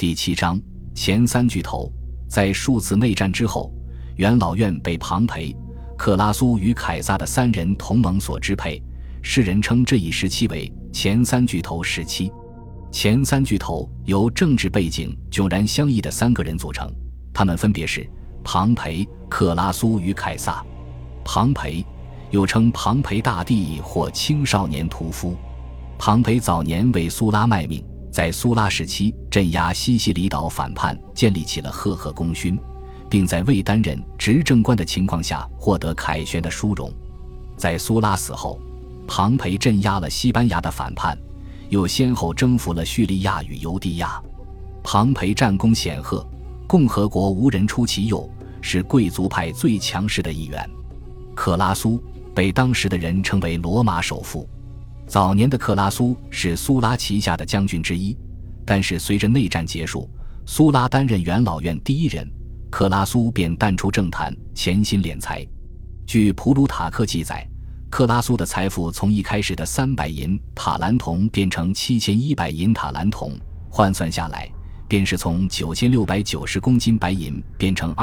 第7章前三巨头。在数次内战之后，元老院被庞培、克拉苏与凯撒的三人同盟所支配，世人称这一时期为前三巨头时期。前三巨头由政治背景迥然相异的三个人组成，他们分别是庞培、克拉苏与凯撒。庞培又称庞培大帝或青少年屠夫。庞培早年为苏拉卖命，在苏拉时期镇压西西里岛反叛，建立起了赫赫功勋，并在未担任执政官的情况下获得凯旋的殊荣。在苏拉死后，庞培镇压了西班牙的反叛，又先后征服了叙利亚与犹地亚。庞培战功显赫，共和国无人出其右，是贵族派最强势的一员。克拉苏被当时的人称为罗马首富。早年的克拉苏是苏拉旗下的将军之一，但是随着内战结束，苏拉担任元老院第一人，克拉苏便淡出政坛，潜心敛财。据普鲁塔克记载，克拉苏的财富从一开始的300银塔兰铜变成7100银塔兰铜，换算下来便是从9690公斤白银变成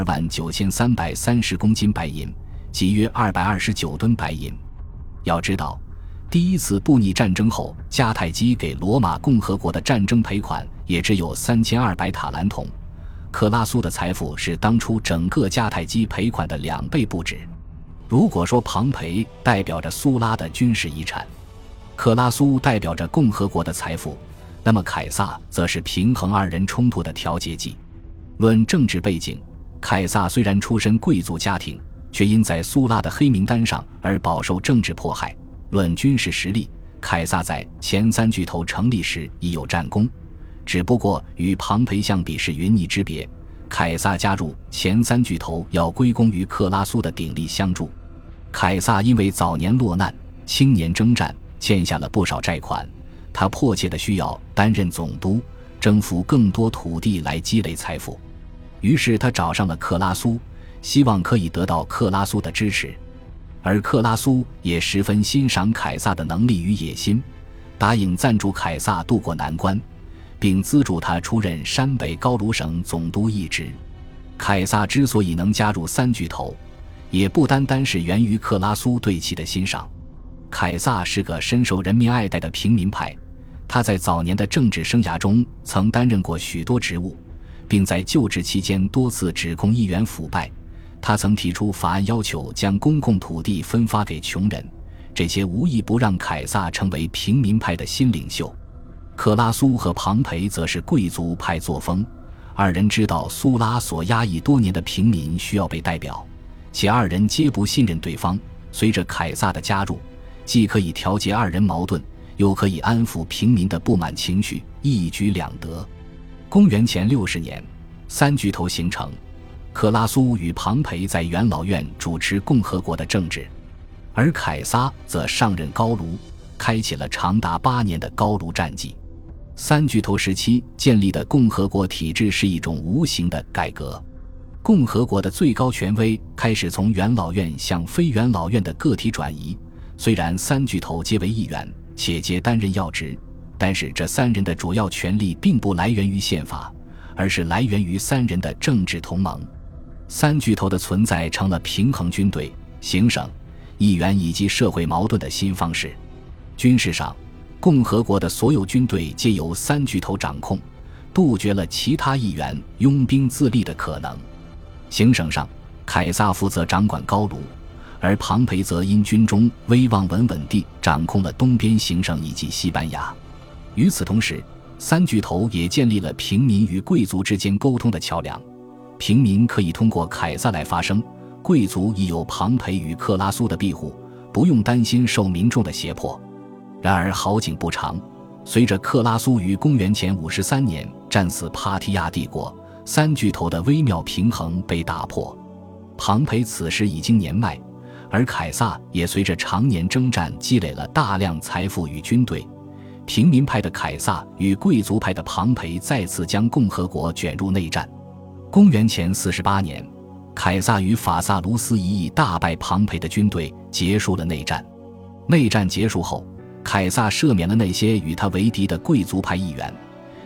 229330公斤白银，即约229吨白银。要知道，第一次布匿战争后，迦太基给罗马共和国的战争赔款也只有3200塔兰铜，克拉苏的财富是当初整个迦太基赔款的2倍不止。如果说庞培代表着苏拉的军事遗产，克拉苏代表着共和国的财富，那么凯撒则是平衡二人冲突的调节剂。论政治背景，凯撒虽然出身贵族家庭，却因在苏拉的黑名单上而饱受政治迫害。论军事实力，凯撒在前三巨头成立时已有战功，只不过与庞培相比是云泥之别。凯撒加入前三巨头要归功于克拉苏的鼎力相助。凯撒因为早年落难，青年征战，欠下了不少债款，他迫切地需要担任总督，征服更多土地来积累财富。于是他找上了克拉苏，希望可以得到克拉苏的支持。而克拉苏也十分欣赏凯撒的能力与野心，答应赞助凯撒渡过难关，并资助他出任山北高卢省总督一职。凯撒之所以能加入三巨头，也不单单是源于克拉苏对其的欣赏。凯撒是个深受人民爱戴的平民派，他在早年的政治生涯中曾担任过许多职务，并在就职期间多次指控议员腐败。他曾提出法案，要求将公共土地分发给穷人，这些无一不让凯撒成为平民派的新领袖。克拉苏和庞培则是贵族派作风，二人知道苏拉所压抑多年的平民需要被代表，且二人皆不信任对方。随着凯撒的加入，既可以调节二人矛盾，又可以安抚平民的不满情绪，一举两得。公元前60年，三巨头形成，克拉苏与庞培在元老院主持共和国的政治，而凯撒则上任高卢，开启了长达8年的高卢战绩。三巨头时期建立的共和国体制是一种无形的改革，共和国的最高权威开始从元老院向非元老院的个体转移。虽然三巨头皆为议员，且皆担任要职，但是这三人的主要权力并不来源于宪法，而是来源于三人的政治同盟。三巨头的存在成了平衡军队、行省、议员以及社会矛盾的新方式。军事上，共和国的所有军队皆由三巨头掌控，杜绝了其他议员拥兵自立的可能。行省上，凯撒负责掌管高卢，而庞培则因军中威望稳地掌控了东边行省以及西班牙。与此同时，三巨头也建立了平民与贵族之间沟通的桥梁，平民可以通过凯撒来发声，贵族亦有庞培与克拉苏的庇护，不用担心受民众的胁迫。然而好景不长，随着克拉苏于公元前53年战死帕提亚帝国，三巨头的微妙平衡被打破。庞培此时已经年迈，而凯撒也随着常年征战积累了大量财富与军队。平民派的凯撒与贵族派的庞培再次将共和国卷入内战。公元前48年，凯撒与法萨卢斯一役大败庞培的军队，结束了内战。内战结束后，凯撒赦免了那些与他为敌的贵族派议员，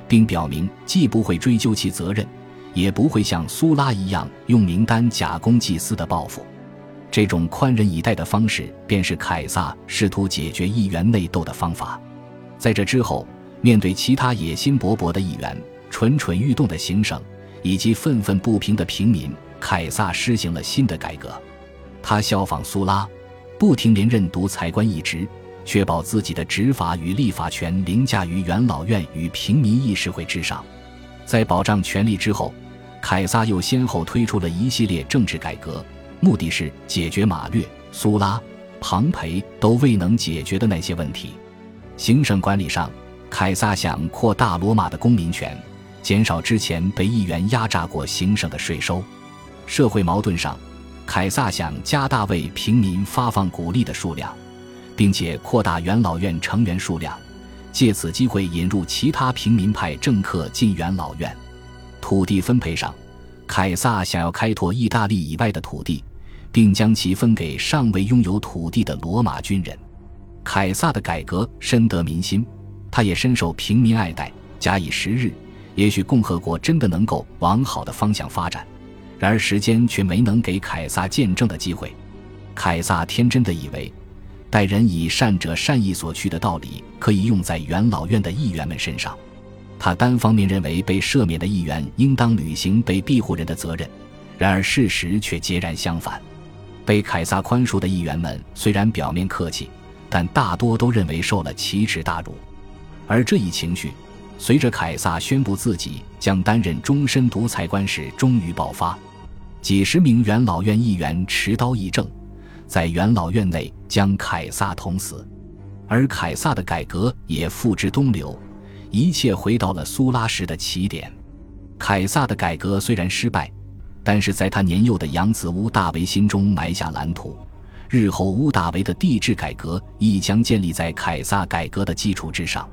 并表明既不会追究其责任，也不会像苏拉一样用名单假公济私的报复。这种宽仁以待的方式便是凯撒试图解决议员内斗的方法。在这之后，面对其他野心勃勃的议员、蠢蠢欲动的行省以及愤愤不平的平民，凯撒施行了新的改革。他效仿苏拉，不停连任独裁官一职，确保自己的执法与立法权凌驾于元老院与平民议事会之上。在保障权力之后，凯撒又先后推出了一系列政治改革，目的是解决马略、苏拉、庞培都未能解决的那些问题。行省管理上，凯撒想扩大罗马的公民权，减少之前被议员压榨过行省的税收。社会矛盾上，凯撒想加大为平民发放鼓励的数量，并且扩大元老院成员数量，借此机会引入其他平民派政客进元老院。土地分配上，凯撒想要开拓意大利以外的土地，并将其分给尚未拥有土地的罗马军人。凯撒的改革深得民心，他也深受平民爱戴。假以时日，也许共和国真的能够往好的方向发展，然而时间却没能给凯撒见证的机会。凯撒天真地以为，待人以善者善意所趋的道理可以用在元老院的议员们身上。他单方面认为被赦免的议员应当履行被庇护人的责任，然而事实却截然相反。被凯撒宽恕的议员们虽然表面客气，但大多都认为受了奇耻大辱。而这一情绪随着凯撒宣布自己将担任终身独裁官时终于爆发。几十名元老院议员持刀议政，在元老院内将凯撒捅死。而凯撒的改革也付之东流，一切回到了苏拉时的起点。凯撒的改革虽然失败，但是在他年幼的养子屋大维心中埋下蓝图，日后屋大维的帝制改革亦将建立在凯撒改革的基础之上。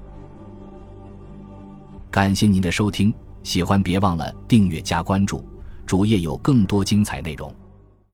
感谢您的收听，喜欢别忘了订阅加关注，主页有更多精彩内容。